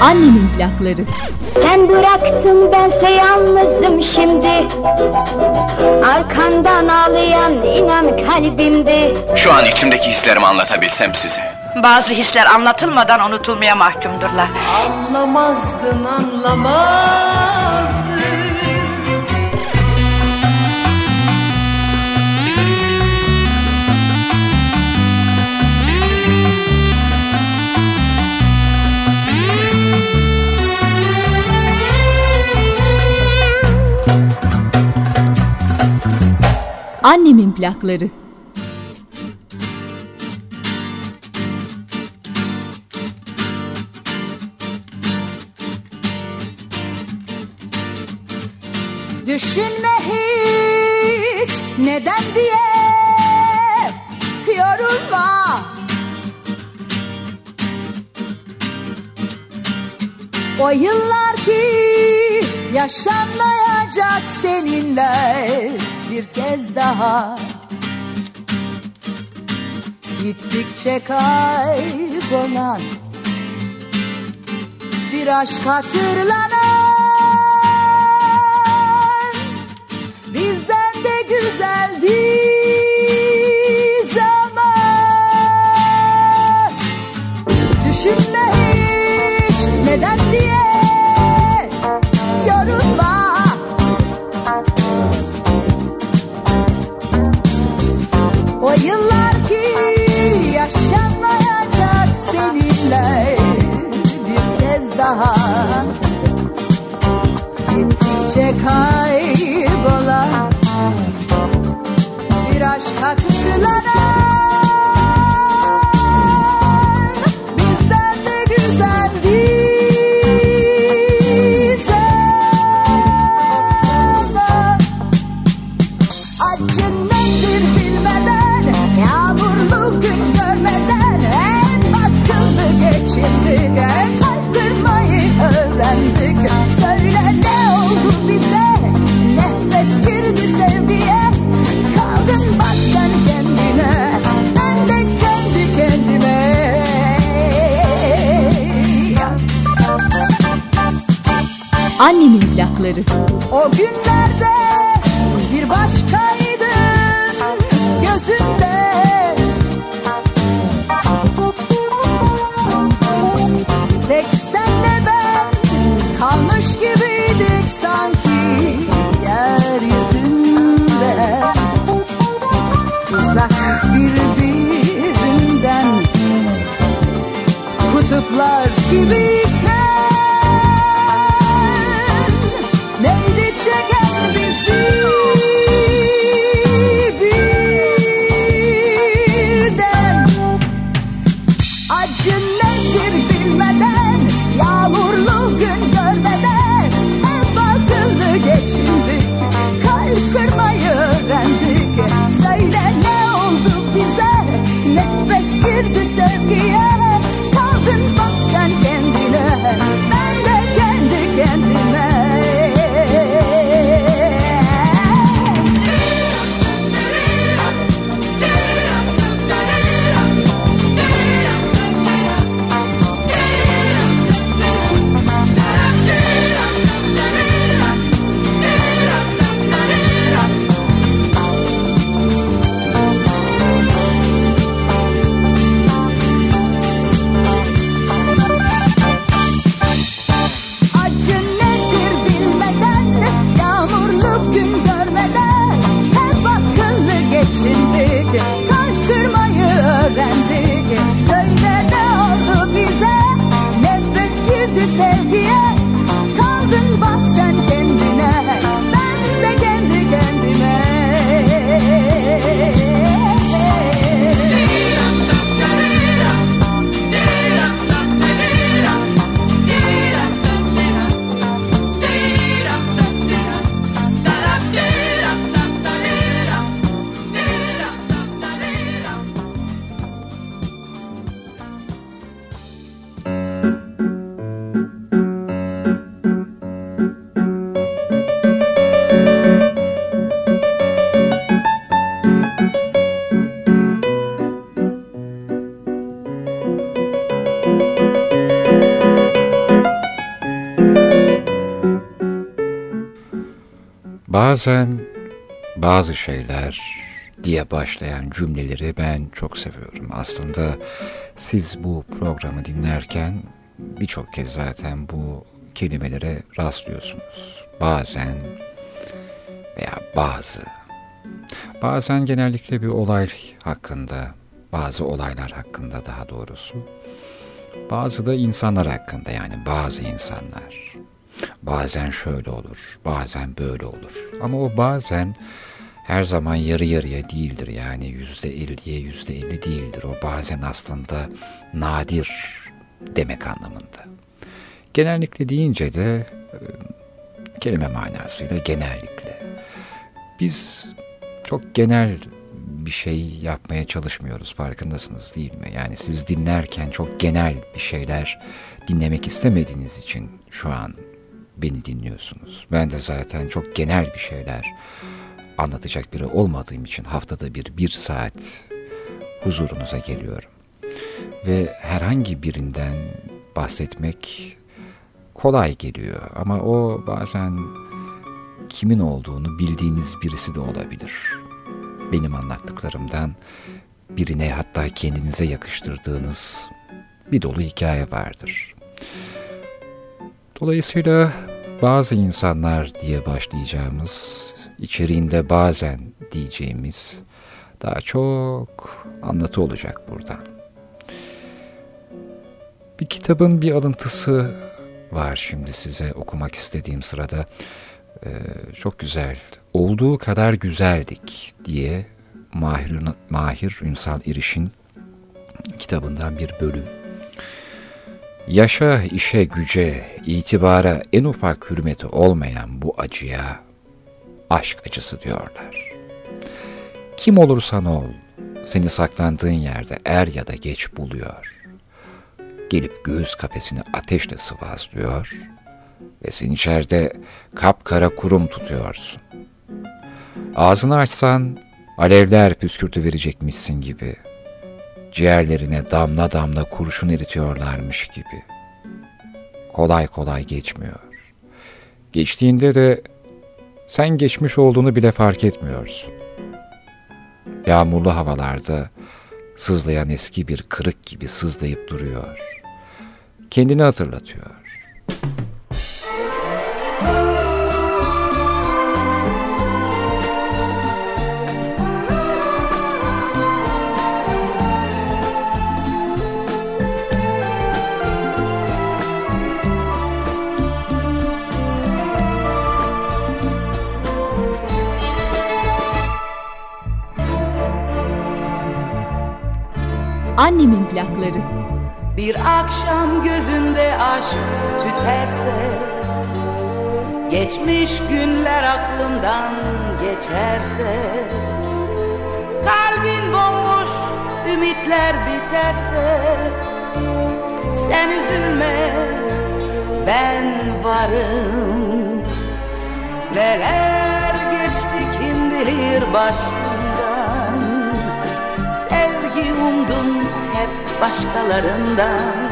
Annemin plakları. Sen bıraktın, bense yalnızım şimdi. Arkandan ağlayan inan kalbimde. Şu an içimdeki hislerimi anlatabilsem size. Bazı hisler anlatılmadan unutulmaya mahkumdurlar. Anlamazdın, anlamazdın. Annemin plakları. Düşünme hiç neden diye, yorulma. O yıllar ki yaşanmayacak seninle bir kez daha. Gittikçe kaybolan bir aşk hatırlanan, bizden de güzeldi zaman. Düşünme hiç neden diye, yorulma. O yıllar ki yaşanmayacak seninle bir kez daha. Gittikçe kaybolan bir aşk hatırlanan, bizden de güzeldi zaman. Acı nedir bilmeden, yağmurlu gün görmeden, hep akıllı geçindik, hep kaldırmayı öğrendik. Söyle ne oldu bize, nefret girdi sevgiye. Kaldın bak sen kendine, ben de kendi kendime. Annemin plakları. O günlerde bir başkaydın gözümde. Tek senle ben kalmış gibiydik sanki yeryüzünde. Uzak birbirinden kutuplar gibiyken, neydi çeken bizi birden. Acı nedir bilmeden, yağmurlu gün görmeden, hep akıllı geçindik, kalp kırmayı öğrendik. Söyle ne oldu bize, nefret girdi sevgiye. Kaldın bak sen kendine. Bazen bazı şeyler diye başlayan cümleleri ben çok seviyorum. Aslında siz bu programı dinlerken birçok kez zaten bu kelimelere rastlıyorsunuz. Bazen veya bazı. Bazen genellikle bir olay hakkında, bazı olaylar hakkında daha doğrusu. Bazı da insanlar hakkında, yani bazı insanlar. Bazen şöyle olur, bazen böyle olur. Ama o bazen her zaman yarı yarıya değildir. Yani %50'ye %50 değildir. O bazen aslında nadir demek anlamında. Genellikle deyince de kelime manasıyla genellikle. Biz çok genel bir şey yapmaya çalışmıyoruz, farkındasınız değil mi? Yani siz dinlerken çok genel bir şeyler dinlemek istemediğiniz için şu an beni dinliyorsunuz. Ben de zaten çok genel bir şeyler anlatacak biri olmadığım için haftada bir saat huzurunuza geliyorum. Ve herhangi birinden bahsetmek kolay geliyor ama o bazen kimin olduğunu bildiğiniz birisi de olabilir. Benim anlattıklarımdan birine, hatta kendinize yakıştırdığınız bir dolu hikaye vardır. Dolayısıyla bazı insanlar diye başlayacağımız, içeriğinde bazen diyeceğimiz daha çok anlatı olacak buradan. Bir kitabın bir alıntısı var şimdi size okumak istediğim sırada. Çok güzel. Olduğu kadar güzeldik diye Mahir Ünsal İriş'in kitabından bir bölüm. Yaşa, işe, güce, itibara en ufak hürmeti olmayan bu acıya aşk acısı diyorlar. Kim olursan ol, seni saklandığın yerde er ya da geç buluyor. Gelip göğüs kafesini ateşle sıvazlıyor ve sen içeride kapkara kurum tutuyorsun. Ağzını açsan alevler püskürtüverecekmişsin gibi. Ciğerlerine damla damla kurşun eritiyorlarmış gibi. Kolay kolay geçmiyor. Geçtiğinde de sen geçmiş olduğunu bile fark etmiyorsun. Yağmurlu havalarda sızlayan eski bir kırık gibi sızlayıp duruyor. Kendini hatırlatıyor. Annemin plakları. Bir akşam gözünde aşk tüterse, geçmiş günler aklımdan geçerse, kalbin bomboş, ümitler biterse, sen üzülme, ben varım. Neler geçti kim bilir başımdan, sevgi umdum hep başkalarından.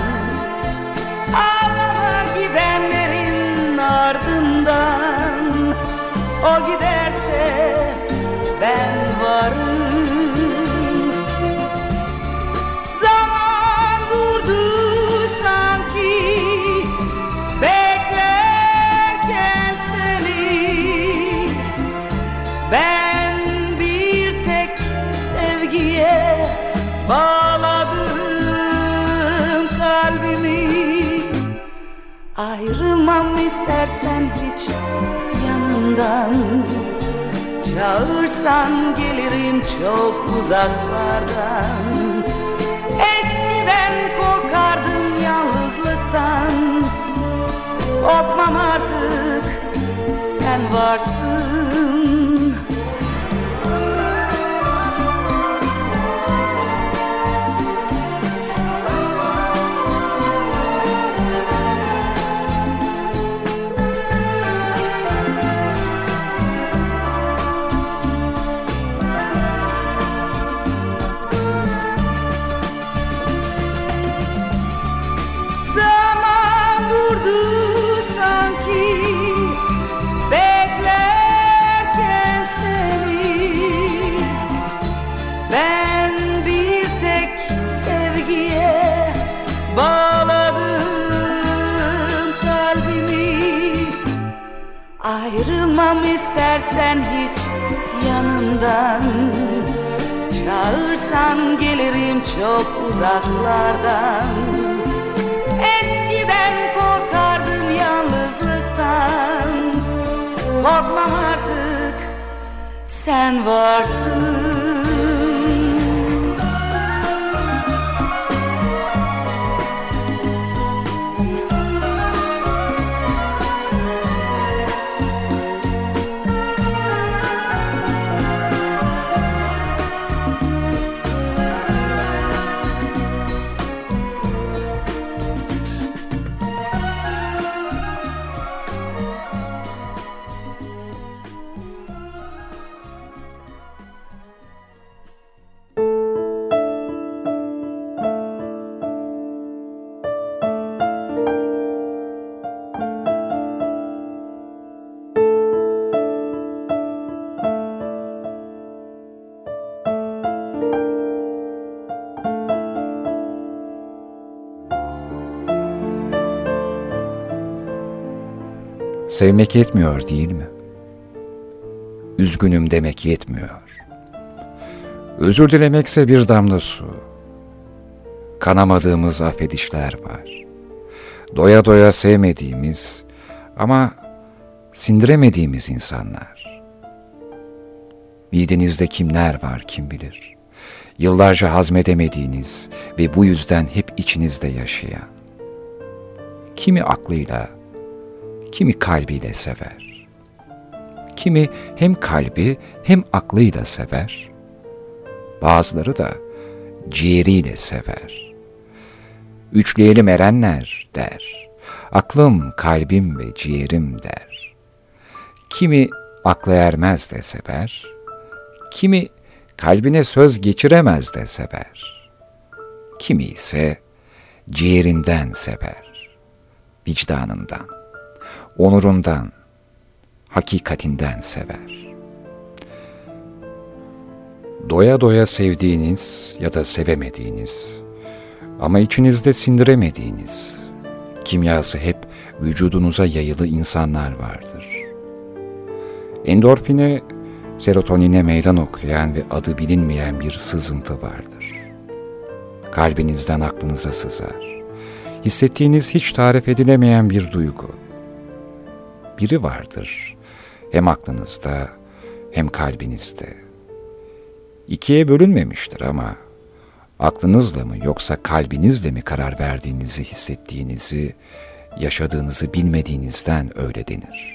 Ağlama gidenlerin ardından, o giderse ben varım. Zaman durdu sanki, beklerken seni. Ben bir tek sevgiye bağladım kalbimi. Ayrılmam istersen hiç yanından, çağırsan gelirim çok uzaklardan. Eskiden korkardım yalnızlıktan, korkmam artık, sen varsın. Zaman durdu sanki, bekler Ayrılmam istersen hiç yanından, çağırsan gelirim çok uzaklardan. Eskiden korkardım yalnızlıktan, korkmam artık, sen varsın. Sevmek yetmiyor değil mi? Üzgünüm demek yetmiyor. Özür dilemekse bir damla su. Kanamadığımız affedişler var. Doya doya sevmediğimiz ama sindiremediğimiz insanlar. Midenizde kimler var kim bilir. Yıllarca hazmedemediğiniz ve bu yüzden hep içinizde yaşayan. Kimi aklıyla, kimi kalbiyle sever. Kimi hem kalbi hem aklıyla sever. Bazıları da ciğeriyle sever. Üçleyelim erenler der. Aklım, kalbim ve ciğerim der. Kimi akla ermez de sever. Kimi kalbine söz geçiremez de sever. Kimi ise ciğerinden sever. Vicdanından, onurundan, hakikatinden sever. Doya doya sevdiğiniz ya da sevemediğiniz ama içinizde sindiremediğiniz, kimyası hep vücudunuza yayılı insanlar vardır. Endorfine, serotonine meydan okuyan ve adı bilinmeyen bir sızıntı vardır. Kalbinizden aklınıza sızar. Hissettiğiniz hiç tarif edilemeyen bir duygu. Biri vardır, hem aklınızda hem kalbinizde. İkiye bölünmemiştir ama aklınızla mı yoksa kalbinizle mi karar verdiğinizi, hissettiğinizi, yaşadığınızı bilmediğinizden öyle denir.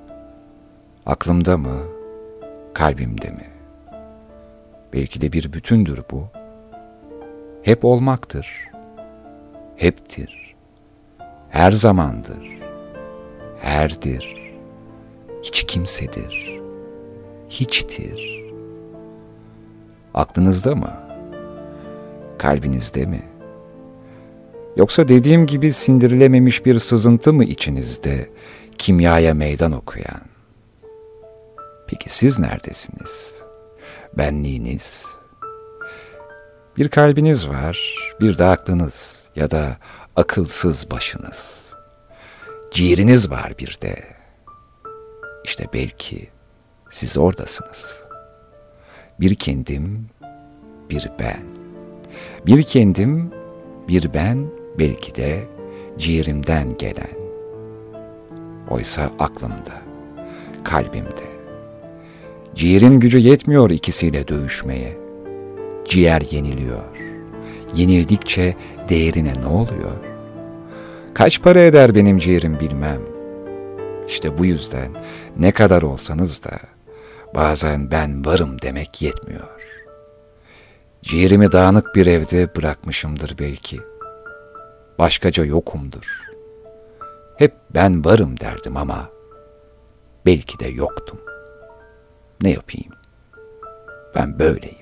Aklımda mı, kalbimde mi? Belki de bir bütündür bu. Hep olmaktır, heptir, her zamandır, herdir, hiç kimsedir, hiçtir. Aklınızda mı? Kalbinizde mi? Yoksa dediğim gibi sindirilememiş bir sızıntı mı içinizde, kimyaya meydan okuyan? Peki siz neredesiniz? Benliğiniz? Bir kalbiniz var, bir de aklınız ya da akılsız başınız. Ciğeriniz var bir de. İşte belki siz oradasınız. Bir kendim, bir ben. Bir kendim, bir ben, belki de ciğerimden gelen. Oysa aklımda, kalbimde. Ciğerin gücü yetmiyor ikisiyle dövüşmeye. Ciğer yeniliyor. Yenildikçe değerine ne oluyor? Kaç para eder benim ciğerim bilmem. İşte bu yüzden ne kadar olsanız da bazen ben varım demek yetmiyor. Ciğerimi dağınık bir evde bırakmışımdır belki. Başkaca yokumdur. Hep ben varım derdim ama belki de yoktum. Ne yapayım? Ben böyleyim.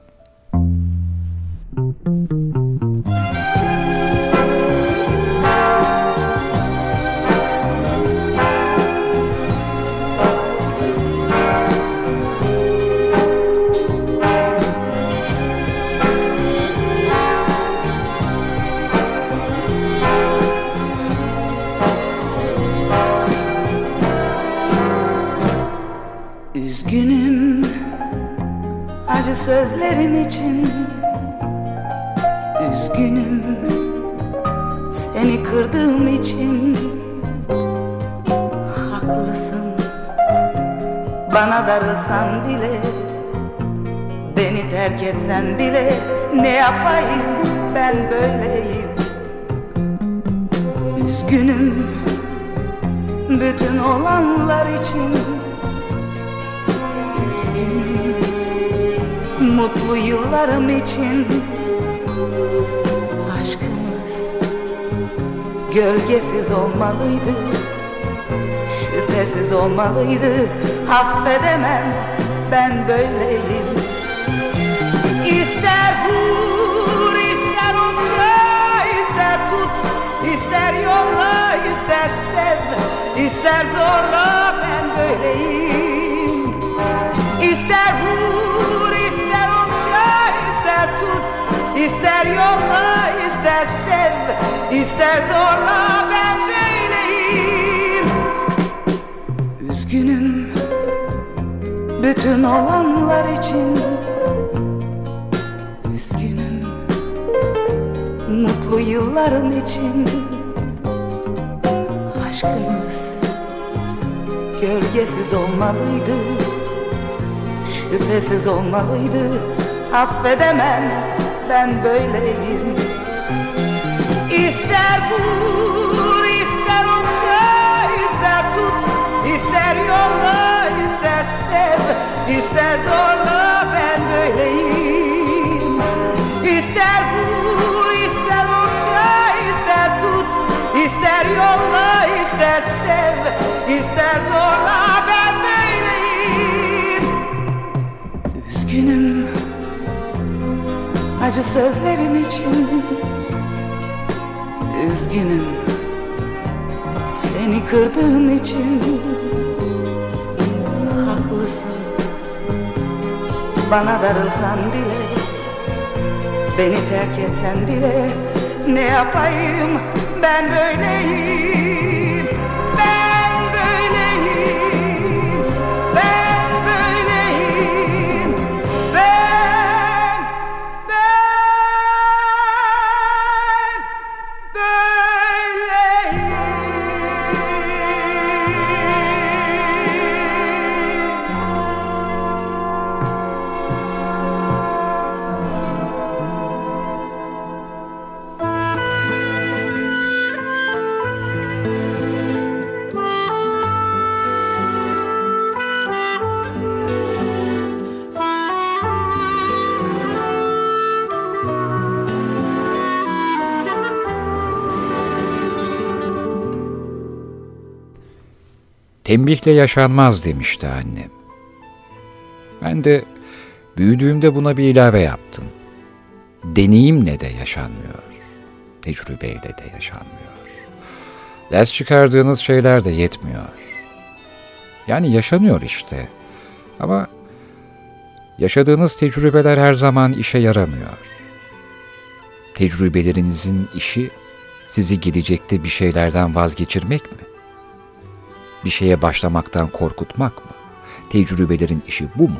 sözlerim için üzgünüm, seni kırdığım için. Haklısın, bana darılsan bile, beni terk etsen bile, ne yapayım ben böyleyim. Üzgünüm bütün olanlar için, üzgünüm mutlu yıllarım için. Aşkımız gölgesiz olmalıydı, şüphesiz olmalıydı. Affedemem ben böyleyim. İster vur, ister okşa, ister tut, ister yolla, ister sev, ister zorla, ben böyleyim. İster vur, ister okşa, ister tut, ister yolla, ister sev, ister zorla, ben böyleyim. Üzgünüm bütün olanlar için, üzgünüm mutlu yıllarım için. Aşkımız gölgesiz olmalıydı, şüphesiz olmalıydı. Affedemem ben böyleyim. İster vur, ister okşa, ister tut, ister yolla, ister sev, ister zorla, ben böyleyim. İster vur, ister okşa, ister tut, ister yolla, ister sev, ister zorla, ben böyleyim. Üzgünüm acı sözlerim için, üzgünüm seni kırdığım için. Haklısın, bana darılsan bile, beni terk etsen bile, ne yapayım ben böyleyim. Ben böyleyim, ben böyleyim, ben böyleyim. Tembihle yaşanmaz demişti annem. Ben de büyüdüğümde buna bir ilave yaptım. Deneyimle de yaşanmıyor, tecrübeyle de yaşanmıyor. Ders çıkardığınız şeyler de yetmiyor. Yani yaşanıyor işte. Ama yaşadığınız tecrübeler her zaman işe yaramıyor. Tecrübelerinizin işi sizi gelecekte bir şeylerden vazgeçirmek mi? Bir şeye başlamaktan korkutmak mı? Tecrübelerin işi bu mu?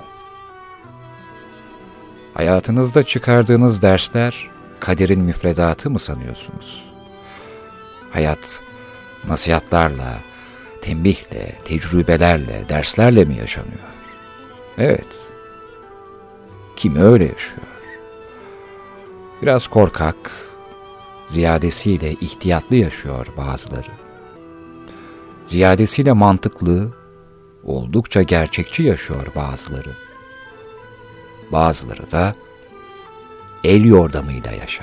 Hayatınızda çıkardığınız dersler kaderin müfredatı mı sanıyorsunuz? Hayat nasihatlarla, tembihle, tecrübelerle, derslerle mi yaşanıyor? Evet. Kimi öyle yaşıyor? Biraz korkak, ziyadesiyle ihtiyatlı yaşıyor bazıları. Ziyadesiyle mantıklı, oldukça gerçekçi yaşıyor bazıları. Bazıları da el yordamıyla yaşar.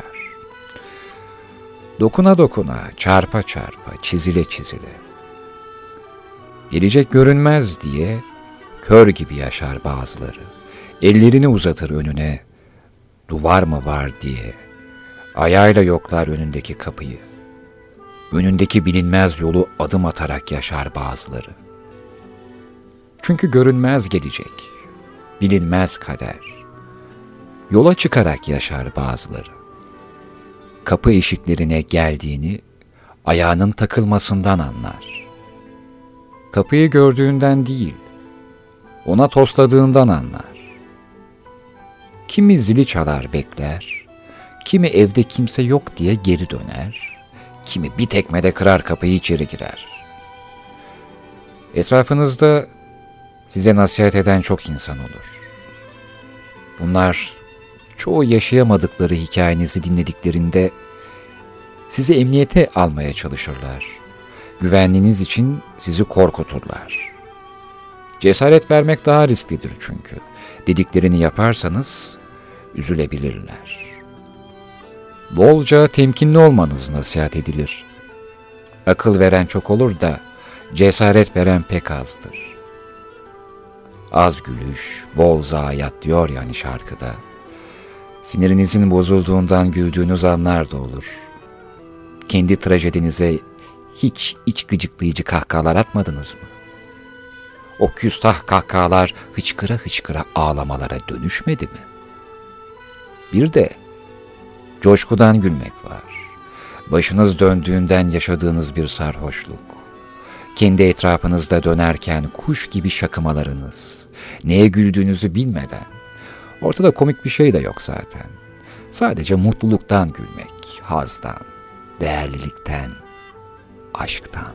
Dokuna dokuna, çarpa çarpa, çizile çizile. Gelecek görünmez diye kör gibi yaşar bazıları. Ellerini uzatır önüne, duvar mı var diye. Ayağıyla yoklar önündeki kapıyı. Önündeki bilinmez yolu adım atarak yaşar bazıları. Çünkü görünmez gelecek, bilinmez kader. Yola çıkarak yaşar bazıları. Kapı eşiklerine geldiğini ayağının takılmasından anlar. Kapıyı gördüğünden değil, ona tosladığından anlar. kimi zili çalar bekler, kimi evde kimse yok diye geri döner, kimi bir tekmede kırar kapıyı içeri girer. Etrafınızda size nasihat eden çok insan olur. Bunlar çoğu yaşayamadıkları hikayenizi dinlediklerinde sizi emniyete almaya çalışırlar. Güvenliğiniz için sizi korkuturlar. Cesaret vermek daha risklidir çünkü. Dediklerini yaparsanız üzülebilirler. Bolca temkinli olmanız nasihat edilir. Akıl veren çok olur da cesaret veren pek azdır. Az gülüş, bol zayiat diyor yani şarkıda. Sinirinizin bozulduğundan güldüğünüz anlar da olur. Kendi trajedinize hiç iç gıcıklayıcı kahkahalar atmadınız mı? O küstah kahkahalar hıçkıra hıçkıra ağlamalara dönüşmedi mi? Bir de coşkudan gülmek var. Başınız döndüğünden yaşadığınız bir sarhoşluk. Kendi etrafınızda dönerken kuş gibi şakımalarınız. Neye güldüğünüzü bilmeden. Ortada komik bir şey de yok zaten. Sadece mutluluktan gülmek, hazdan, değerlilikten, aşktan.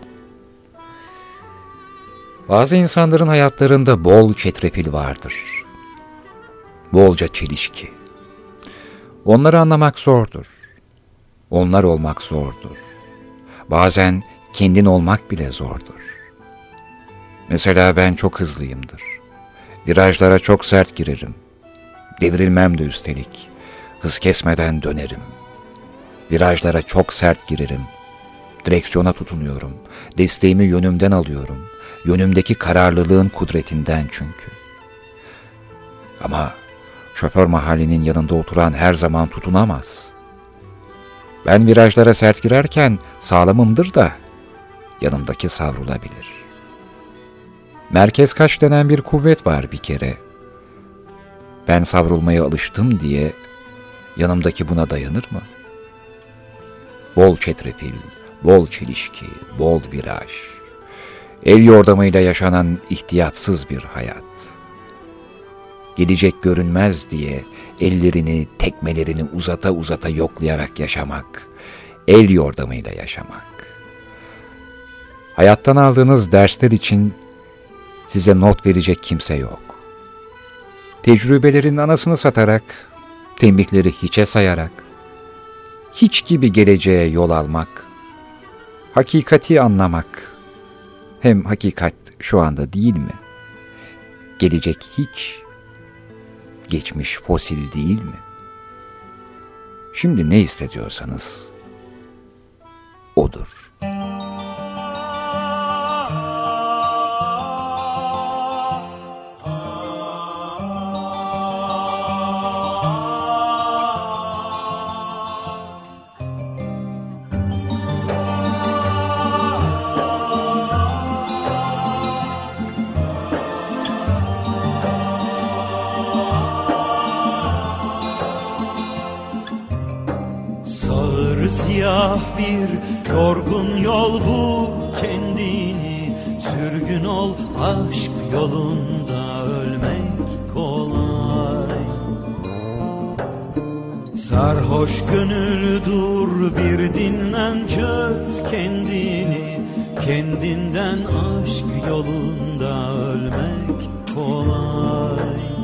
Bazı insanların hayatlarında bol çetrefil vardır. Bolca çelişki. Onları anlamak zordur. Onlar olmak zordur. Bazen kendin olmak bile zordur. Mesela ben çok hızlıyımdır. Virajlara çok sert girerim. Devrilmem de üstelik. Hız kesmeden dönerim. Virajlara çok sert girerim. Direksiyona tutunuyorum. Desteğimi yönümden alıyorum. Yönümdeki kararlılığın kudretinden çünkü. Ama şoför mahallinin yanında oturan her zaman tutunamaz. Ben virajlara sert girerken sağlamımdır da yanımdaki savrulabilir. Merkez kaç denen bir kuvvet var bir kere. Ben savrulmaya alıştım diye yanımdaki buna dayanır mı? Bol çetrefil, bol çelişki, bol viraj. El yordamıyla yaşanan ihtiyatsız bir hayat. Gelecek görünmez diye ellerini, tekmelerini uzata uzata yoklayarak yaşamak, el yordamıyla yaşamak. Hayattan aldığınız dersler için size not verecek kimse yok. Tecrübelerin anasını satarak, tembihleri hiçe sayarak, hiç gibi geleceğe yol almak, hakikati anlamak, hem hakikat şu anda değil mi? Gelecek hiç, geçmiş fosil değil mi? Şimdi ne hissediyorsanız odur. Siyah bir yorgun yol vur kendini, sürgün ol aşk yolunda, ölmek kolay. Sarhoş gönül dur bir dinlen, çöz kendini, kendinden aşk yolunda, ölmek kolay.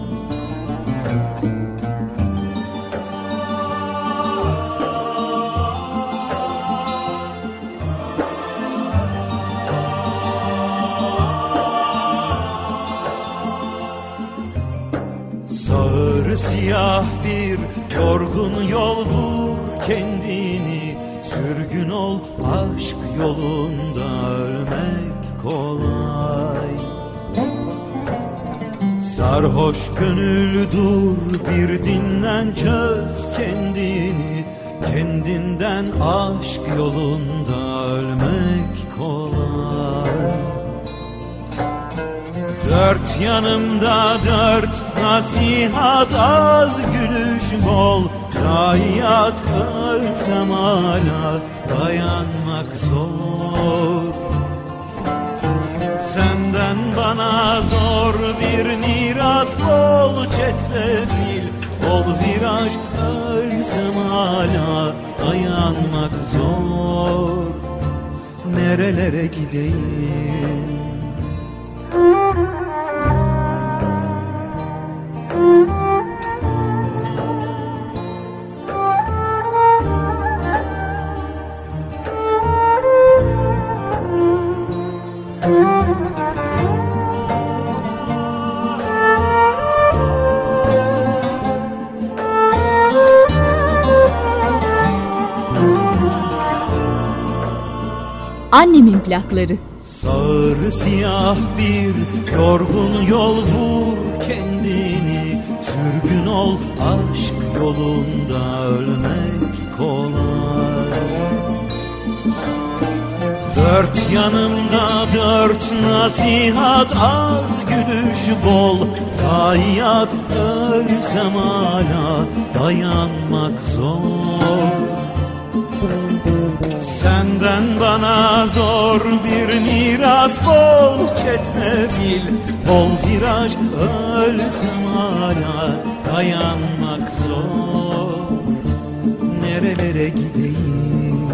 Siyah bir yorgun yol vur kendini, sürgün ol aşk yolunda, ölmek kolay. Sarhoş gönül dur bir dinlen, çöz kendini, kendinden aşk yolunda, ölmek kolay. Dört yanımda dört nasihat, az gülüş bol zayiat, ölsem hala dayanmak zor. Senden bana zor bir miras, bol çetrefil, bol viraj, ölsem hala dayanmak zor. Nerelere gideyim? Annemin plakları. Sarı siyah bir yorgun yol, vur kendini, sürgün ol aşk yolunda, ölmek kolay. Dört yanımda dört nasihat, az gülüş bol zayiat, ölsem hala dayanmak zor. Senden bana zor bir miras, bol çetrefil, bol viraj, ölsem hala dayanmak zor. Nerelere gideyim?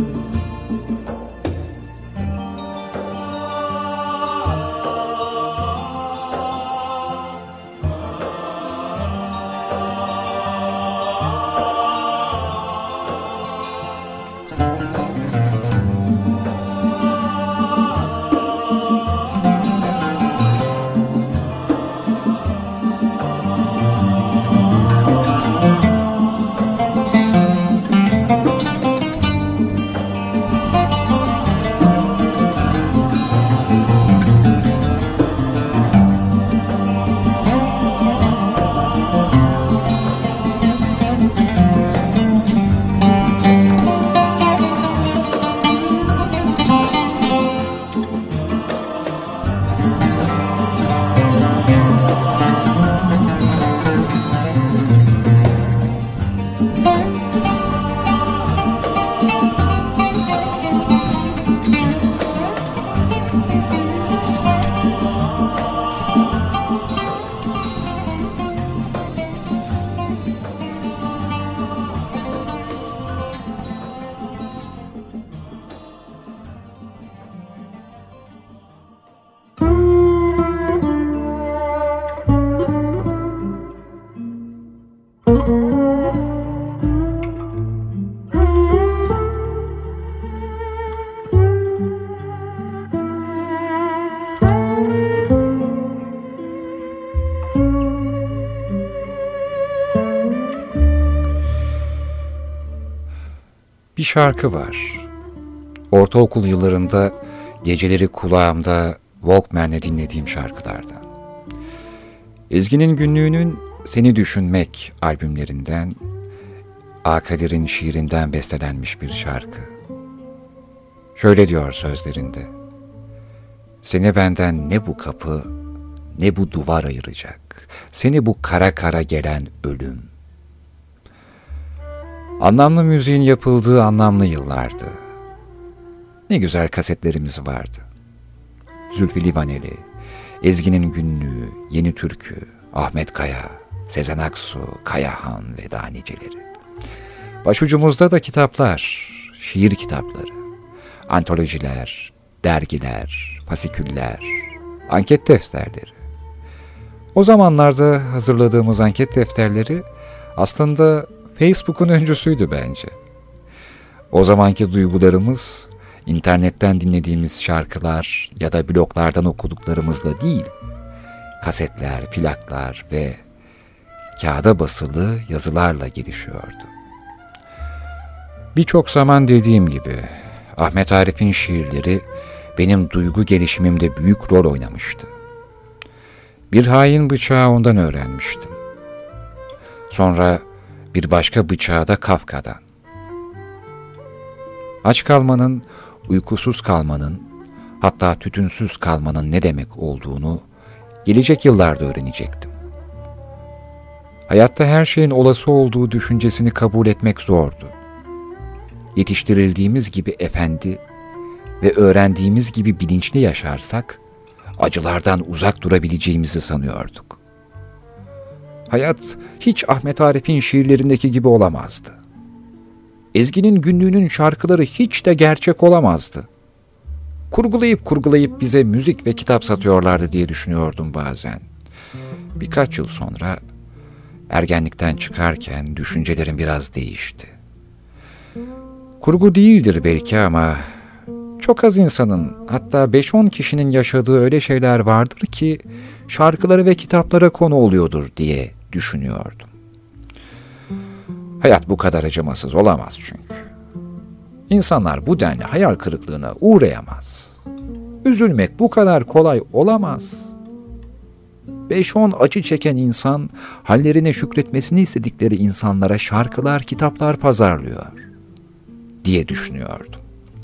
Bir şarkı var. Ortaokul yıllarında geceleri kulağımda Walkman'le dinlediğim şarkılardan. Ezgi'nin Günlüğü'nün Seni Düşünmek albümlerinden, Akadir'in şiirinden bestelenmiş bir şarkı. Şöyle diyor sözlerinde: seni benden ne bu kapı ne bu duvar ayıracak, seni bu kara kara gelen ölüm. Anlamlı müziğin yapıldığı anlamlı yıllardı. Ne güzel kasetlerimiz vardı. Zülfü Livaneli, Ezgi'nin Günlüğü, Yeni Türkü, Ahmet Kaya, Sezen Aksu, Kayahan ve daha niceleri. Başucumuzda da kitaplar, şiir kitapları, antolojiler, dergiler, fasiküller, anket defterleri. O zamanlarda hazırladığımız anket defterleri aslında Facebook'un öncüsüydü bence. O zamanki duygularımız internetten dinlediğimiz şarkılar ya da bloglardan okuduklarımızla değil, kasetler, plaklar ve kağıda basılı yazılarla gelişiyordu. Birçok zaman dediğim gibi Ahmet Arif'in şiirleri benim duygu gelişimimde büyük rol oynamıştı. Bir hain bıçağı ondan öğrenmiştim. Sonra bir başka bıçağı da Kafka'dan. Aç kalmanın, uykusuz kalmanın, hatta tütünsüz kalmanın ne demek olduğunu gelecek yıllarda öğrenecektim. Hayatta her şeyin olası olduğu düşüncesini kabul etmek zordu. Yetiştirildiğimiz gibi efendi ve öğrendiğimiz gibi bilinçli yaşarsak, acılardan uzak durabileceğimizi sanıyorduk. Hayat hiç Ahmet Arif'in şiirlerindeki gibi olamazdı. Ezgi'nin Günlüğü'nün şarkıları hiç de gerçek olamazdı. Kurgulayıp bize müzik ve kitap satıyorlardı diye düşünüyordum bazen. Birkaç yıl sonra ergenlikten çıkarken düşüncelerim biraz değişti. Kurgu değildir belki ama çok az insanın, hatta 5-10 kişinin yaşadığı öyle şeyler vardır ki şarkıları ve kitaplara konu oluyordur diye düşünüyordum. Hayat bu kadar acımasız olamaz çünkü. İnsanlar bu denli hayal kırıklığına uğrayamaz. Üzülmek bu kadar kolay olamaz. 5-10 acı çeken insan, hallerine şükretmesini istedikleri insanlara şarkılar, kitaplar pazarlıyor diye düşünüyordum.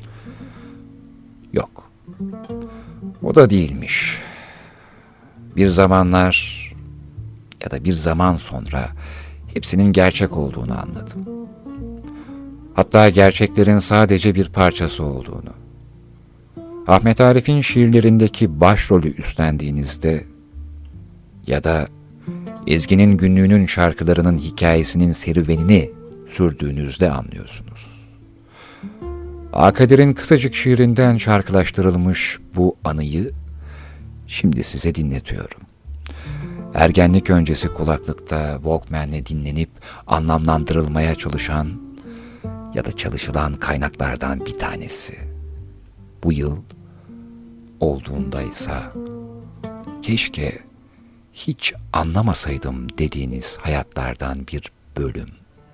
Yok, o da değilmiş. Bir zamanlar ya da bir zaman sonra hepsinin gerçek olduğunu anladım. Hatta gerçeklerin sadece bir parçası olduğunu. Ahmet Arif'in şiirlerindeki başrolü üstlendiğinizde ya da Ezgi'nin Günlüğü'nün şarkılarının hikayesinin serüvenini sürdüğünüzde anlıyorsunuz. Akadir'in kısacık şiirinden şarkılaştırılmış bu anıyı şimdi size dinletiyorum. Ergenlik öncesi kulaklıkta Walkman'le dinlenip anlamlandırılmaya çalışan ya da çalışılan kaynaklardan bir tanesi. Bu yıl olduğundaysa keşke hiç anlamasaydım dediğiniz hayatlardan bir bölüm.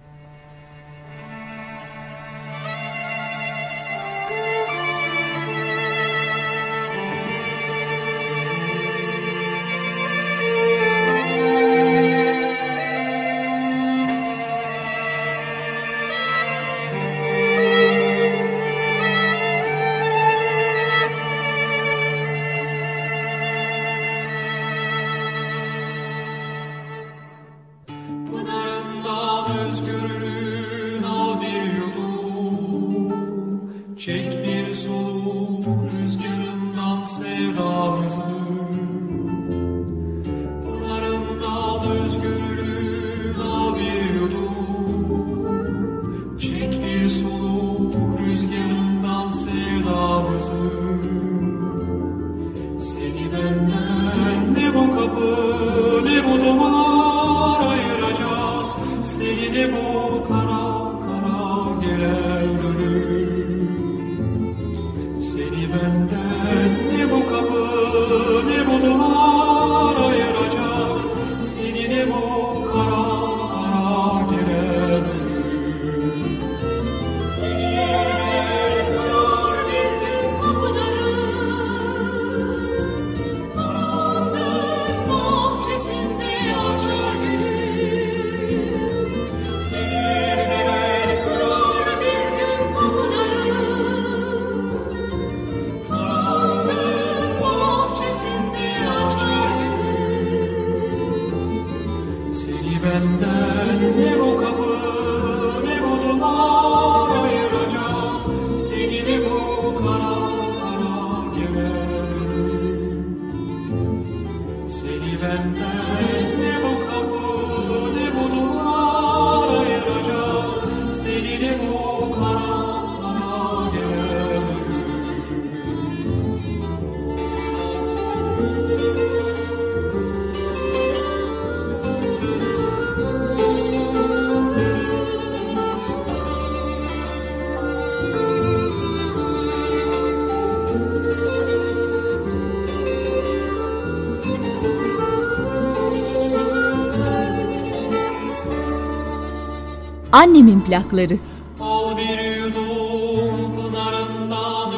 Annemin plakları. Al bir yudum pınarından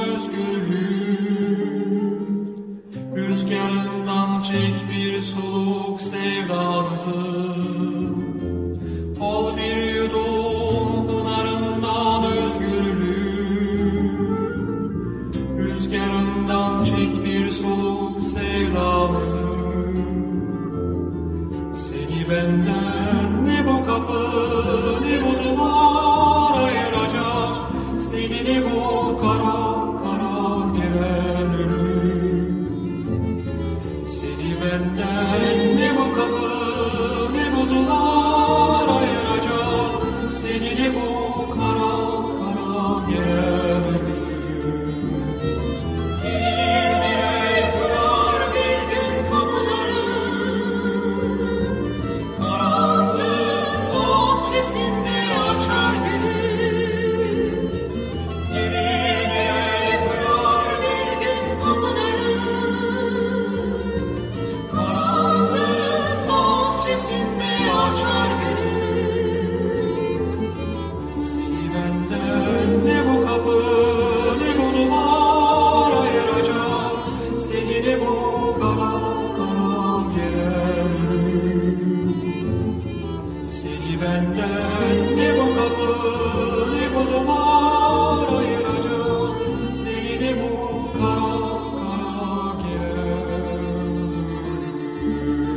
özgürlüğün, rüzgarından çek bir soluk sevdamızı. Al bir yudum pınarından özgürlüğün, rüzgarından çek bir soluk sevdamızı. Seni benden ne bu kapı ne bu duvar ayıracak, benden, ne bu kapı, ne bu duvar ayıracak seni, ne bu kara kara gelen ölüm. Seni benden, ne bu kapı, ne bu duvar ayıracak seni, ne bu kara kara gelen ölüm.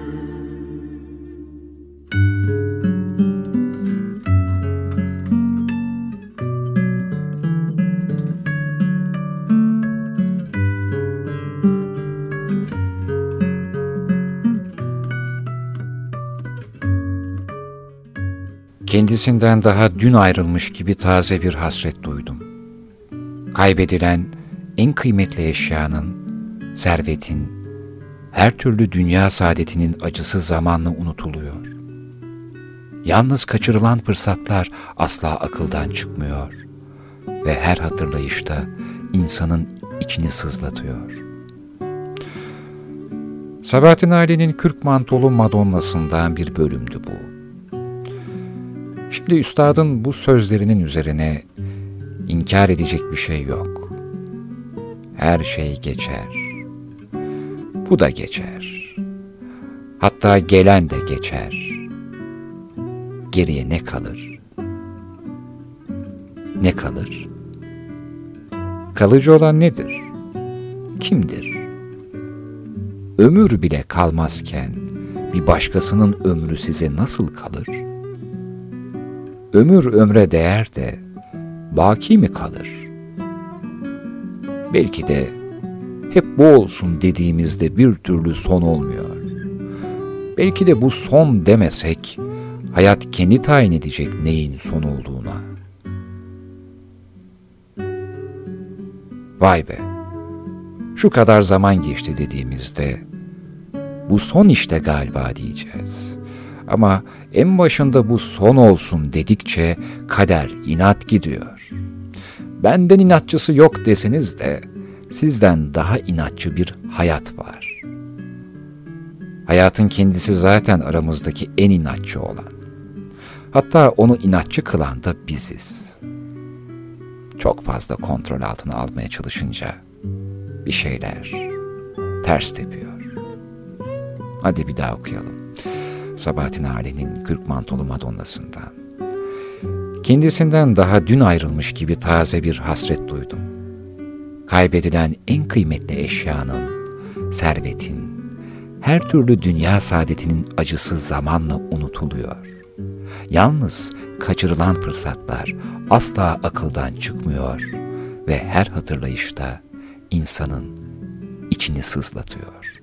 Kendisinden daha dün ayrılmış gibi taze bir hasret duydum. Kaybedilen en kıymetli eşyanın, servetin, her türlü dünya saadetinin acısı zamanla unutuluyor. Yalnız kaçırılan fırsatlar asla akıldan çıkmıyor ve her hatırlayışta insanın içini sızlatıyor. Sabahattin Ali'nin Kürk Mantolu Madonna'sından bir bölümdü bu. Şimdi üstadın bu sözlerinin üzerine inkar edecek bir şey yok. Her şey geçer. Bu da geçer. Hatta gelen de geçer. Geriye ne kalır? Ne kalır? Kalıcı olan nedir? Kimdir? Ömür bile kalmazken bir başkasının ömrü size nasıl kalır? Ömür ömre değer de baki mi kalır? Belki de hep bu olsun dediğimizde bir türlü son olmuyor. Belki de bu son demesek, hayat kendi tayin edecek neyin son olduğuna. Vay be, şu kadar zaman geçti dediğimizde, bu son işte galiba diyeceğiz. Ama en başında bu son olsun dedikçe kader inat gidiyor. Benden inatçısı yok deseniz de sizden daha inatçı bir hayat var. Hayatın kendisi zaten aramızdaki en inatçı olan. Hatta onu inatçı kılan da biziz. Çok fazla kontrol altına almaya çalışınca bir şeyler ters tepiyor. Hadi bir daha okuyalım. Sabahattin Ali'nin Kürk Mantolu Madonna'sından. Kendisinden daha dün ayrılmış gibi taze bir hasret duydum. Kaybedilen en kıymetli eşyanın, servetin, her türlü dünya saadetinin acısı zamanla unutuluyor. Yalnız kaçırılan fırsatlar asla akıldan çıkmıyor ve her hatırlayışta insanın içini sızlatıyor.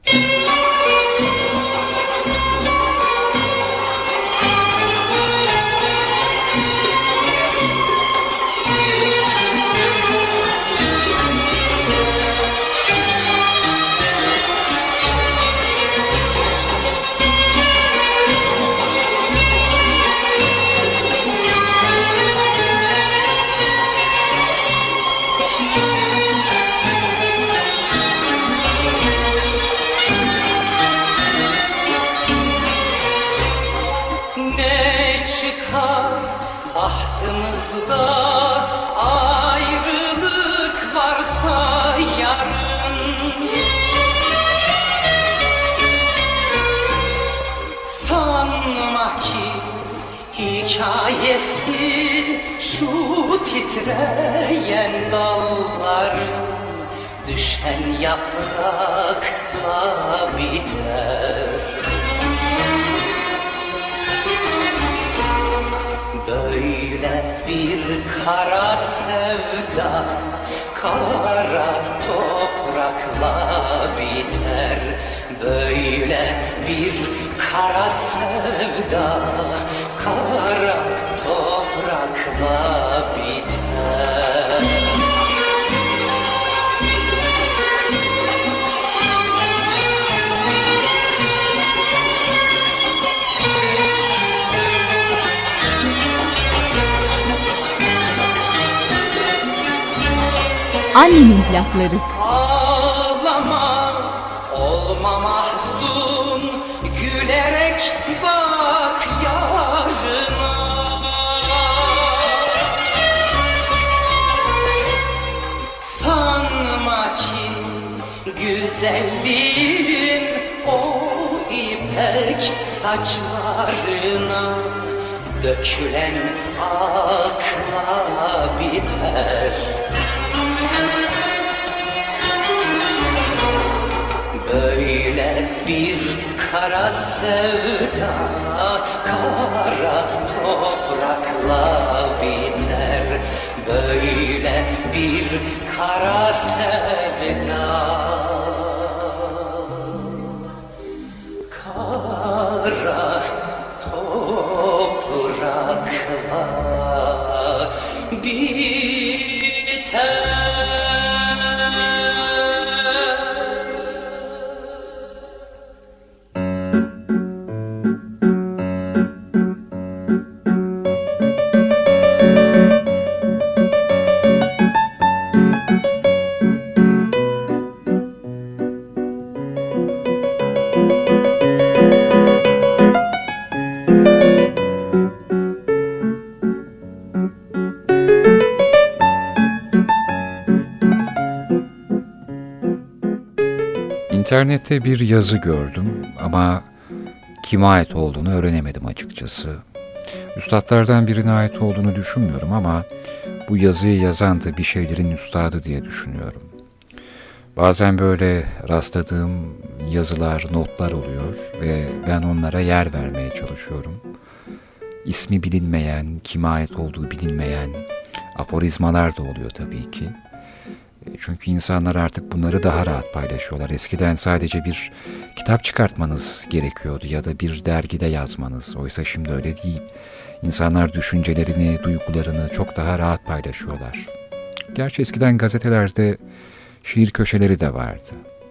Hikayesi şu titreyen dalların, düşen yaprakla biter. Böyle bir kara sevda kara toprakla biter. Böyle bir kara sevda kara toprakla biter. Annemin plakları. Ağlama, olma mahzun, gülerek bak yarına. güzelliğin o ipek saçlarına dökülen akla biter. Böyle bir kara sevda kara toprakla biter. Böyle bir kara sevda kara toprakla biter. İnternette bir yazı gördüm ama kime ait olduğunu öğrenemedim açıkçası. Üstadlardan birine ait olduğunu düşünmüyorum ama bu yazıyı yazan da bir şeylerin üstadı diye düşünüyorum. Bazen böyle rastladığım yazılar, notlar oluyor ve ben onlara yer vermeye çalışıyorum. İsmi bilinmeyen, kime ait olduğu bilinmeyen aforizmalar da oluyor tabii ki. Çünkü insanlar artık bunları daha rahat paylaşıyorlar. Eskiden sadece bir kitap çıkartmanız gerekiyordu ya da bir dergide yazmanız. Oysa şimdi öyle değil. İnsanlar düşüncelerini, duygularını çok daha rahat paylaşıyorlar. Gerçi eskiden gazetelerde şiir köşeleri de vardı.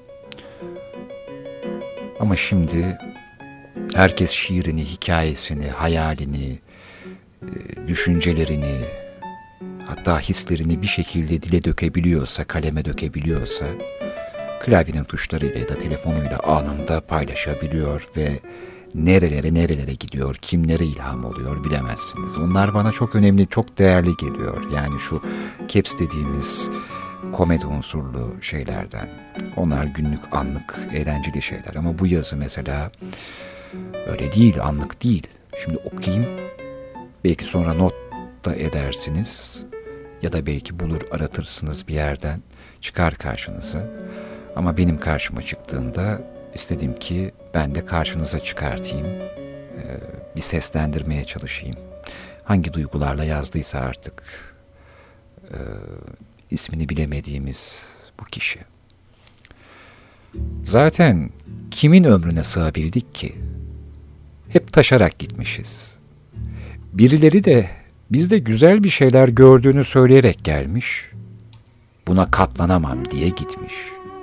Ama şimdi herkes şiirini, hikayesini, hayalini, düşüncelerini, hatta hislerini bir şekilde dile dökebiliyorsa, kaleme dökebiliyorsa, klavyenin tuşlarıyla ya da telefonuyla anında paylaşabiliyor ve nerelere gidiyor, kimlere ilham oluyor bilemezsiniz. Onlar bana çok önemli, çok değerli geliyor. Yani şu caps dediğimiz komedi unsurlu şeylerden. Onlar günlük, anlık, eğlenceli şeyler. Ama bu yazı mesela öyle değil, anlık değil. Şimdi okuyayım, belki sonra not da edersiniz ya da belki bulur aratırsınız bir yerden, çıkar karşınıza. Ama benim karşıma çıktığında istedim ki ben de karşınıza çıkartayım, bir seslendirmeye çalışayım. Hangi duygularla yazdıysa artık ismini bilemediğimiz bu kişi. Zaten kimin ömrüne sığabildik ki? Hep taşarak gitmişiz. Birileri de bizde güzel bir şeyler gördüğünü söyleyerek gelmiş, buna katlanamam diye gitmiş.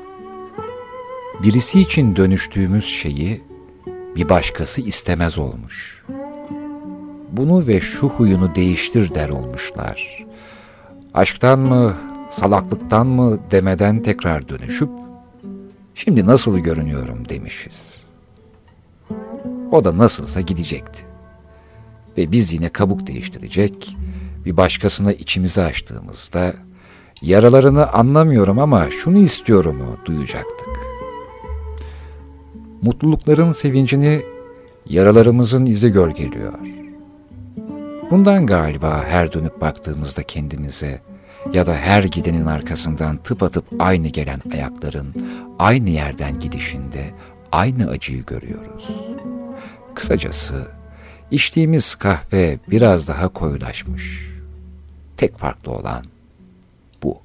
Birisi için dönüştüğümüz şeyi bir başkası istemez olmuş. Bunu ve şu huyunu değiştir der olmuşlar. Aşktan mı, salaklıktan mı demeden tekrar dönüşüp, şimdi nasıl görünüyorum demişiz. O da nasılsa gidecekti. Ve biz yine kabuk değiştirecek, bir başkasına içimizi açtığımızda, yaralarını anlamıyorum ama şunu istiyorumu duyacaktık. Mutlulukların sevincini yaralarımızın izi gölgeliyor. Bundan galiba her dönüp baktığımızda kendimize ya da her gidenin arkasından tıpatıp aynı gelen ayakların aynı yerden gidişinde aynı acıyı görüyoruz. Kısacası içtiğimiz kahve biraz daha koyulaşmış. Tek farklı olan bu.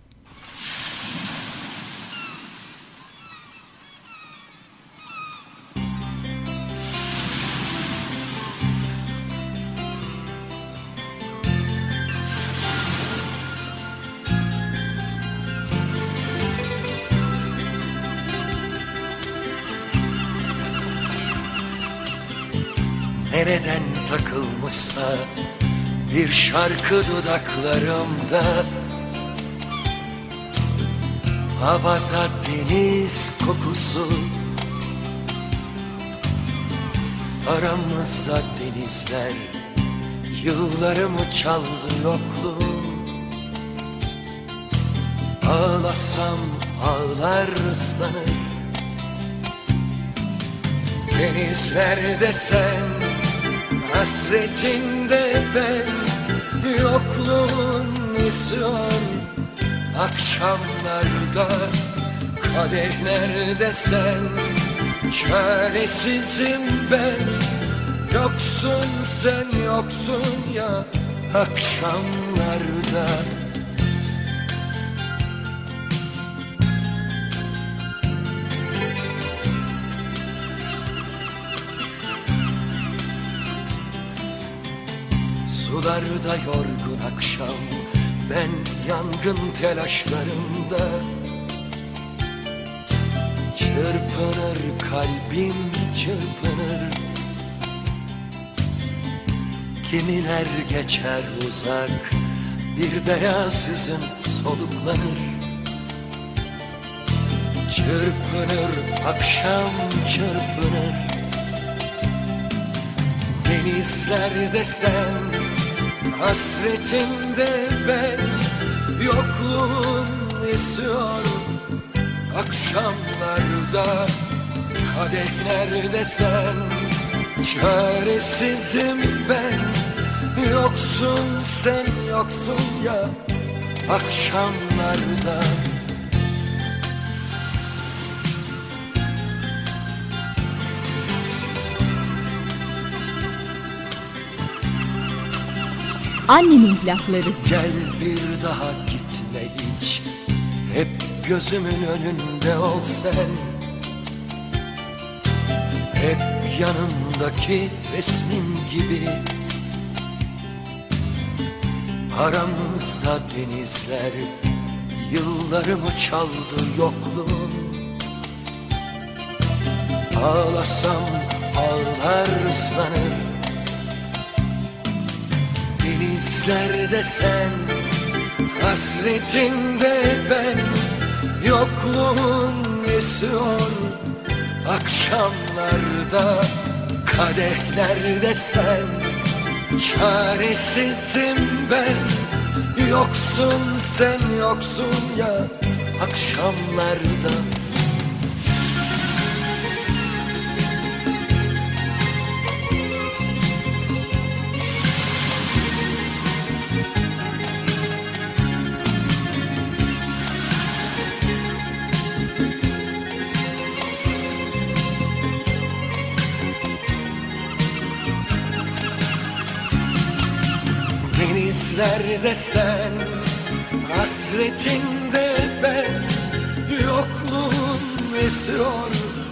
Nereden takılmışsa bir şarkı dudaklarımda, havada deniz kokusu, aramızda denizler, yıllarımı çaldı yokluğum. Ağlasam ağlar ıslanır, Denizlerde sen, hasretinde ben, yokluğun isyan. Akşamlarda kadehlerde sen, çaresizim ben. Yoksun sen, yoksun ya akşamlarda. Sularda yorgun akşam, ben yangın telaşlarında. Çırpınır kalbim, çırpınır. Kimiler geçer uzak, bir beyaz yüzün soluklanır. Çırpınır akşam, çırpınır. Denizlerde sen, hasretinde ben, yokluğun esiyor. Akşamlarda kadehlerde sen, çaresizim ben. Yoksun sen, yoksun ya akşamlarda. Annemin plakları. Gel bir daha gitme hiç, hep gözümün önünde ol sen. Hep yanımdaki resmin gibi. Aramızda denizler, yıllarımı çaldı yokluğun. Ağlasam ağlar ıslanır. Denizlerde sen, hasretinde ben, yokluğun esiyor. Akşamlarda kadehlerde sen, çaresizim ben. Yoksun sen, yoksun ya akşamlarda. Denizlerde sen, hasretinde ben, yokluğun esiyor.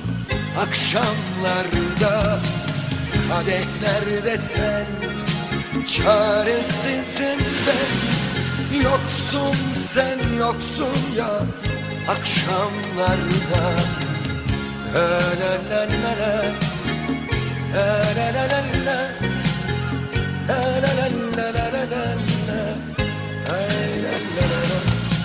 Akşamlarda kadehlerde sen, çaresizim ben. Yoksun sen, yoksun ya akşamlarda. La la la la la, la la la la la. La la la la la la la, ay la la la la.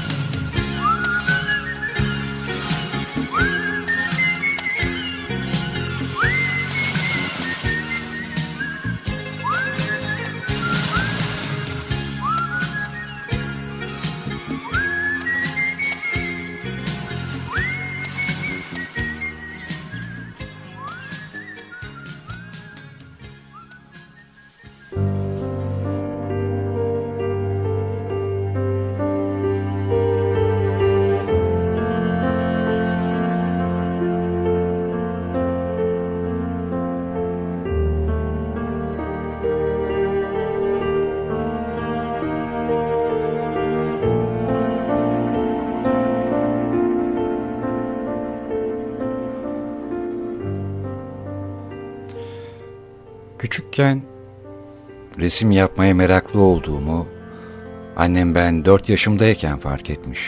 Küçükken resim yapmaya meraklı olduğumu annem ben 4 yaşımdayken fark etmiş.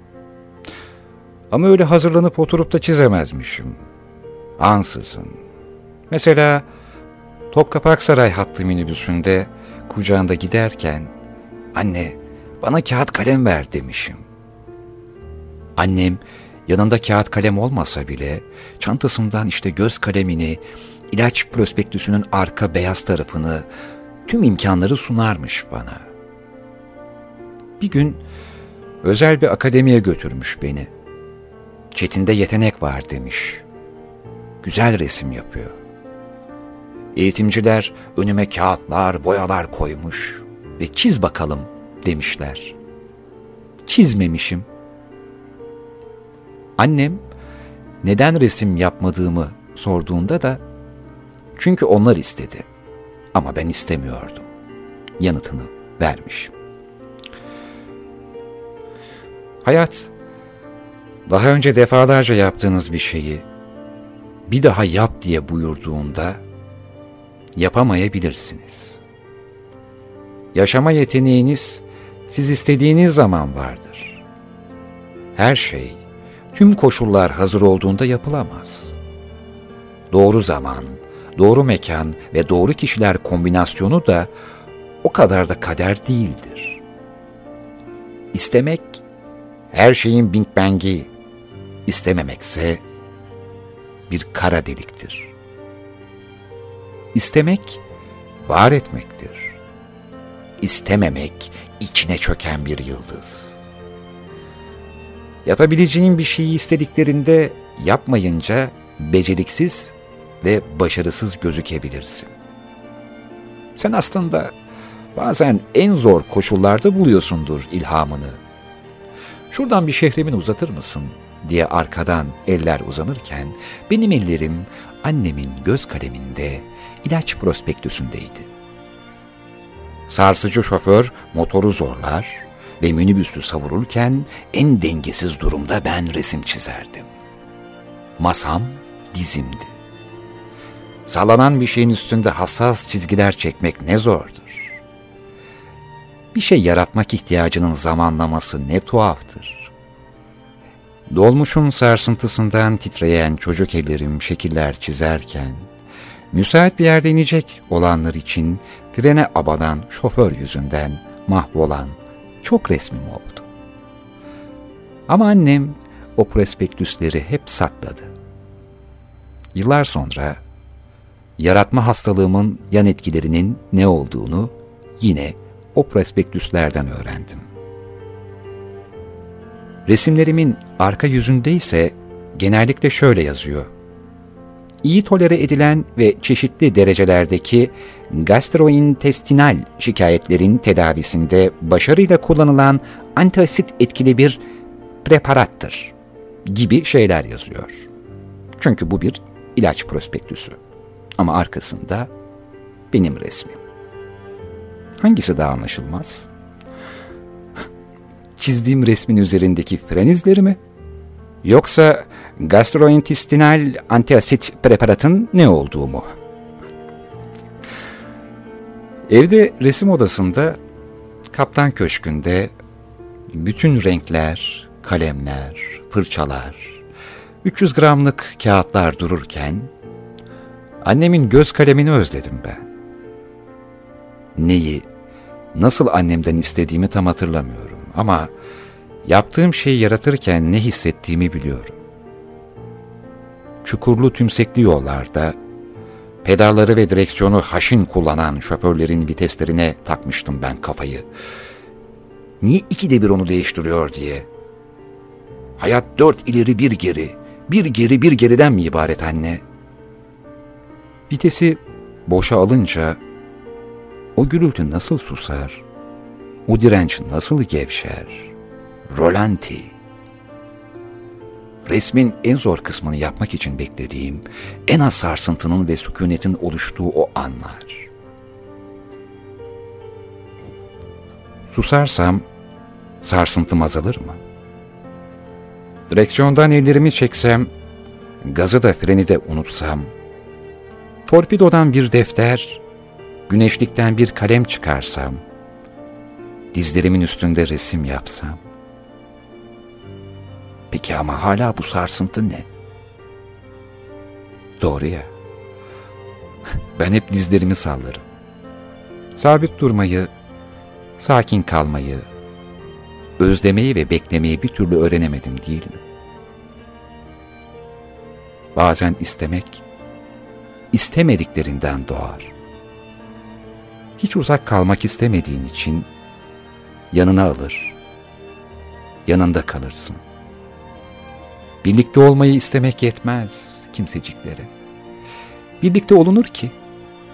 Ama öyle hazırlanıp oturup da çizemezmişim. Ansızın. Mesela Topkapı-Aksaray hattı minibüsünde kucağında giderken "Anne, bana kağıt kalem ver" demişim. Annem yanında kağıt kalem olmasa bile çantasından işte göz kalemini, ilaç prospektüsünün arka beyaz tarafını, tüm imkanları sunarmış bana. Bir gün özel bir akademiye götürmüş beni. Çetin'de yetenek var demiş. Güzel resim yapıyor. Eğitimciler önüme kağıtlar, boyalar koymuş ve çiz bakalım demişler. Çizmemişim. Annem neden resim yapmadığımı sorduğunda da çünkü onlar istedi ama ben istemiyordum yanıtını vermiş. Hayat, daha önce defalarca yaptığınız bir şeyi bir daha yap diye buyurduğunda yapamayabilirsiniz. Yaşama yeteneğiniz siz istediğiniz zaman vardır. Her şey, tüm koşullar hazır olduğunda yapılamaz. Doğru zaman, doğru mekan ve doğru kişiler kombinasyonu da o kadar da kader değildir. İstemek, her şeyin Big Bang'i, istememekse bir kara deliktir. İstemek, var etmektir. İstememek, içine çöken bir yıldız. Yapabileceğin bir şeyi istediklerinde yapmayınca beceriksiz ve başarısız gözükebilirsin. Sen aslında bazen en zor koşullarda buluyorsundur ilhamını. Şuradan bir şehremini uzatır mısın diye arkadan eller uzanırken benim ellerim annemin göz kaleminde ilaç prospektüsündeydi. Sarsıcı şoför motoru zorlar ve minibüsü savururken en dengesiz durumda ben resim çizerdim. Masam dizimdi. Sallanan bir şeyin üstünde hassas çizgiler çekmek ne zordur. Bir şey yaratmak ihtiyacının zamanlaması ne tuhaftır. Dolmuşun sarsıntısından titreyen çocuk ellerim şekiller çizerken, müsait bir yerde inecek olanlar için frene abanan şoför yüzünden mahvolan çok resmim oldu. Ama annem o prospektüsleri hep sakladı. Yıllar sonra yaratma hastalığımın yan etkilerinin ne olduğunu yine o prospektüslerden öğrendim. Resimlerimin arka yüzünde ise genellikle şöyle yazıyor: İyi tolere edilen ve çeşitli derecelerdeki gastrointestinal şikayetlerin tedavisinde başarıyla kullanılan antiasit etkili bir preparattır gibi şeyler yazıyor. Çünkü bu bir ilaç prospektüsü. Ama arkasında benim resmim. Hangisi daha anlaşılmaz? Çizdiğim resmin üzerindeki fren izleri mi? Yoksa gastrointestinal antiasit preparatın ne olduğu mu? Evde resim odasında, Kaptan Köşkü'nde bütün renkler, kalemler, fırçalar, 300 gramlık kağıtlar dururken annemin göz kalemini özledim ben. Neyi, nasıl annemden istediğimi tam hatırlamıyorum ama yaptığım şeyi yaratırken ne hissettiğimi biliyorum. Çukurlu tümsekli yollarda pedalları ve direksiyonu haşin kullanan şoförlerin viteslerine takmıştım ben kafayı. Niye ikide bir onu değiştiriyor diye. Hayat 4 ileri bir geri, bir geri bir geriden mi ibaret anne? Vitesi boşa alınca o gürültü nasıl susar? O direnç nasıl gevşer? Rolanti. Resmin en zor kısmını yapmak için beklediğim, en az sarsıntının ve sükunetin oluştuğu o anlar. Susarsam sarsıntım azalır mı? Direksiyondan ellerimi çeksem, gazı da freni de unutsam, torpidodan bir defter, güneşlikten bir kalem çıkarsam, dizlerimin üstünde resim yapsam. Peki ama hala bu sarsıntı ne? Doğru ya. Ben hep dizlerimi sallarım. Sabit durmayı, sakin kalmayı, özlemeyi ve beklemeyi bir türlü öğrenemedim değil mi? Bazen istemek, istemediklerinden doğar. Hiç uzak kalmak istemediğin için yanına alır, yanında kalırsın. Birlikte olmayı istemek yetmez kimseciklere. Birlikte olunur ki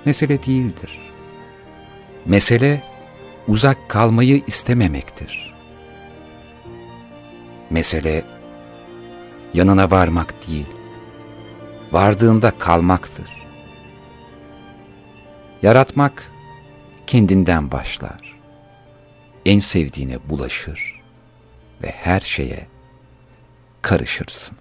mesele değildir. Mesele uzak kalmayı istememektir. Mesele yanına varmak değil, vardığında kalmaktır. Yaratmak kendinden başlar. En sevdiğine bulaşır ve her şeye karışırsın.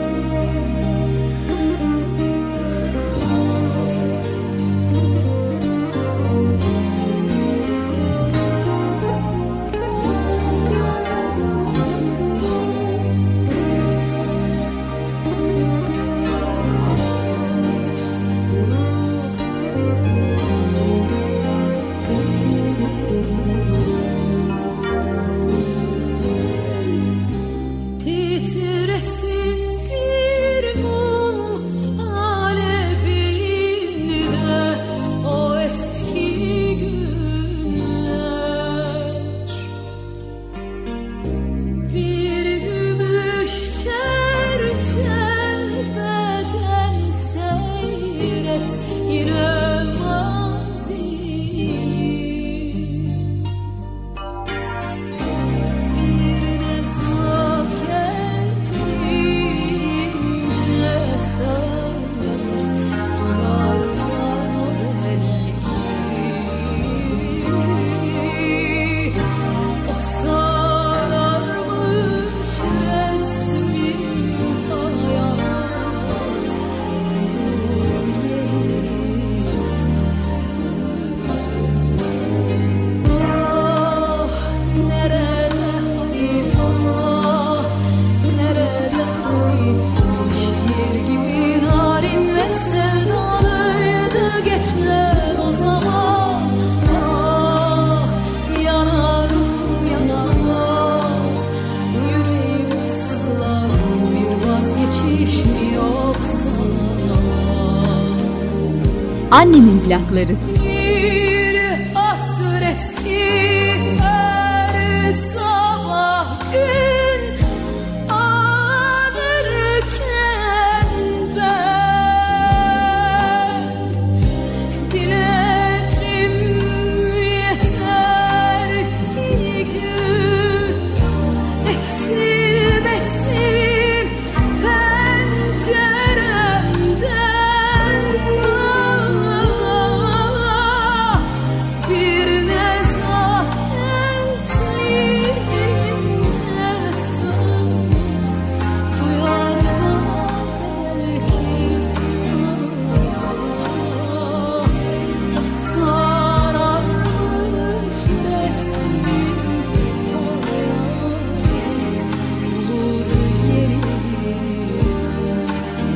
Annemin plakları. Bir hasret ki her sabah gün ağlarken ben dilerim yeter ki gün eksilmesin penceremden. Bir nezaket ince söz duyar da belki sararmış resmin hayat bulur yeniden.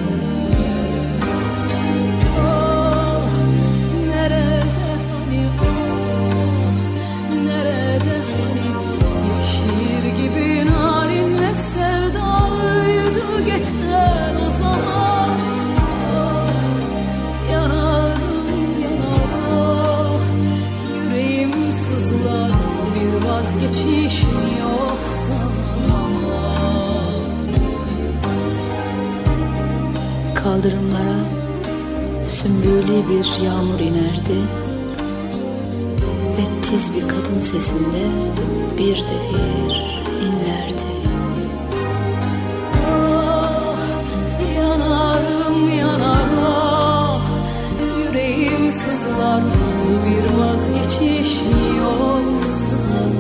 Ah nerede hani nerede hani bir şiir gibi narinle sevdalıydı geçen o zaman. Yanarım yanarım yüreğim sızlar bir vazgeçiş mi yoksa Kaldırımlara sümbüllü bir yağmur inerdi ve tiz bir kadın sesinde bir devir inlerdi. Ah yanarım yanarım yüreğim sızlar bu bir vazgeçiş mi yoksa.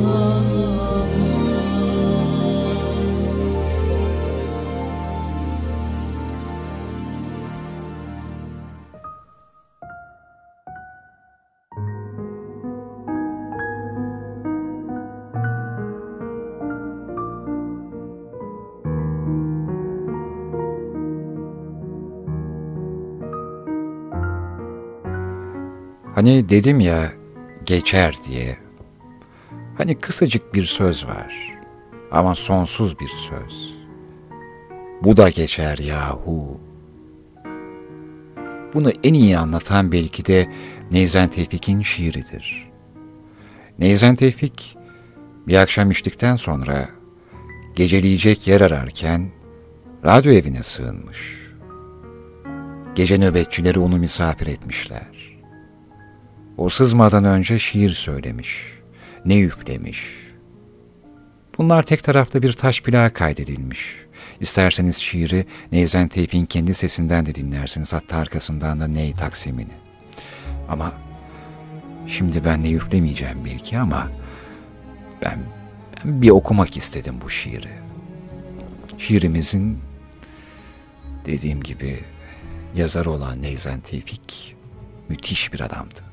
Hani dedim ya geçer diye. Hani kısacık bir söz var ama sonsuz bir söz. Bu da geçer yahu. Bunu en iyi anlatan belki de Neyzen Tevfik'in şiiridir. Neyzen Tevfik bir akşam içtikten sonra geceleyecek yer ararken radyo evine sığınmış. Gece nöbetçileri onu misafir etmişler. O sızmadan önce şiir söylemiş, ne üflemiş. Bunlar tek taraflı bir taş plağa kaydedilmiş. İsterseniz şiiri Neyzen Tevfik'in kendi sesinden de dinlersiniz, hatta arkasından da ney taksimini. Ama şimdi ben ne üflemeyeceğim belki ama ben bir okumak istedim bu şiiri. Şiirimizin dediğim gibi yazarı olan Neyzen Tevfik müthiş bir adamdı.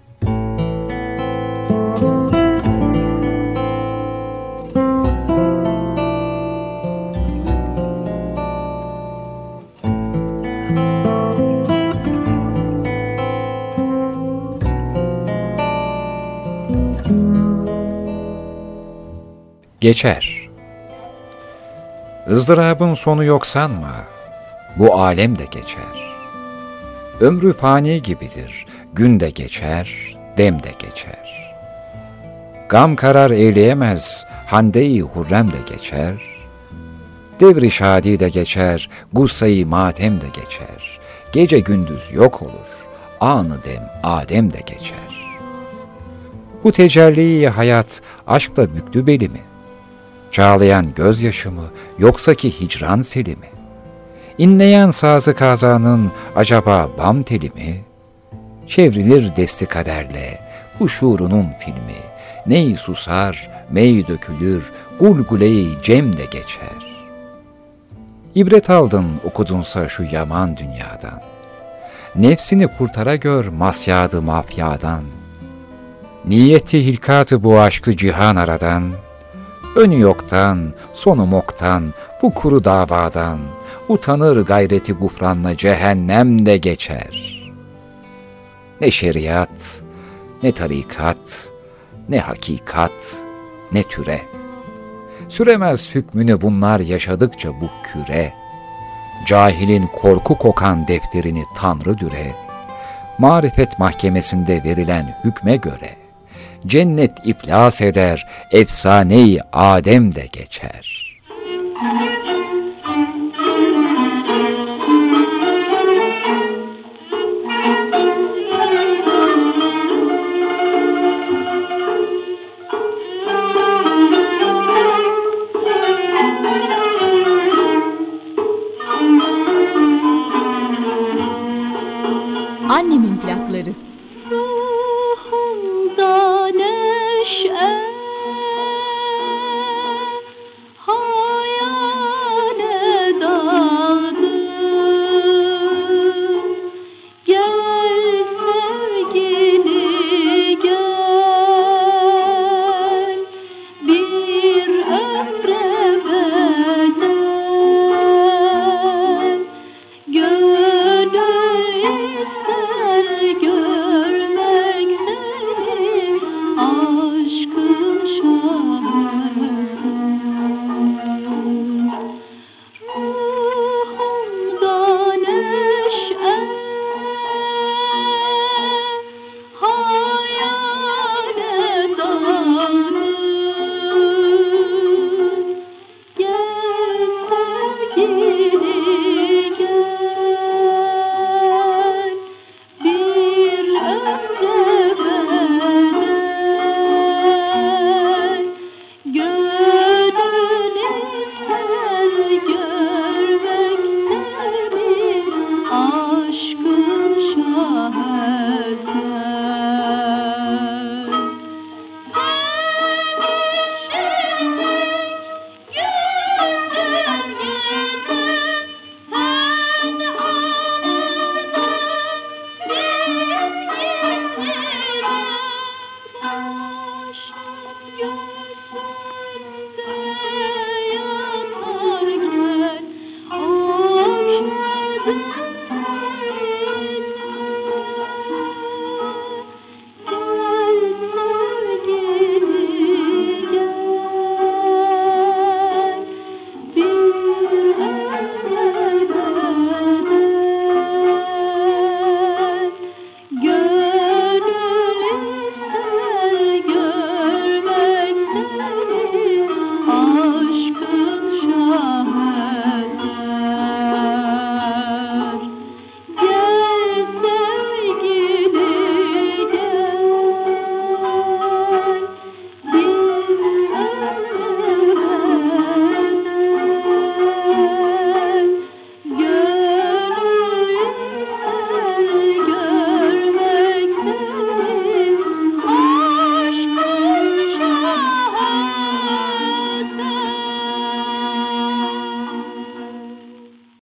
Geçer. ızdırabın sonu yok sanma, bu alem de geçer. Ömrü fani gibidir, gün de geçer, dem de geçer. Gam karar eyleyemez, hande-i hurrem de geçer. Devri şadi de geçer, gussa-i matem de geçer. Gece gündüz yok olur, anı dem adem de geçer. Bu tecelli-i hayat aşkla büktü belimi. Çağlayan gözyaşımı, yoksa ki hicran selimi? İnleyen sazı kazanın acaba bam teli mi? Çevrilir desti kaderle bu şuurunun filmi. Ney susar, mey dökülür, gulgule-i cem de geçer. İbret aldın okudunsa şu yaman dünyadan. Nefsini kurtara gör masyadı mafyadan. Niyeti hilkatı bu aşkı cihan aradan. Önü yoktan, sonu moktan, bu kuru davadan, utanır gayreti gufranla cehennem de geçer. Ne şeriat, ne tarikat, ne hakikat, ne türe. Süremez hükmünü bunlar yaşadıkça bu küre. Cahilin korku kokan defterini Tanrı düre. Marifet mahkemesinde verilen hükme göre. Cennet iflas eder, efsane-i Adem de geçer. Annemin plakları.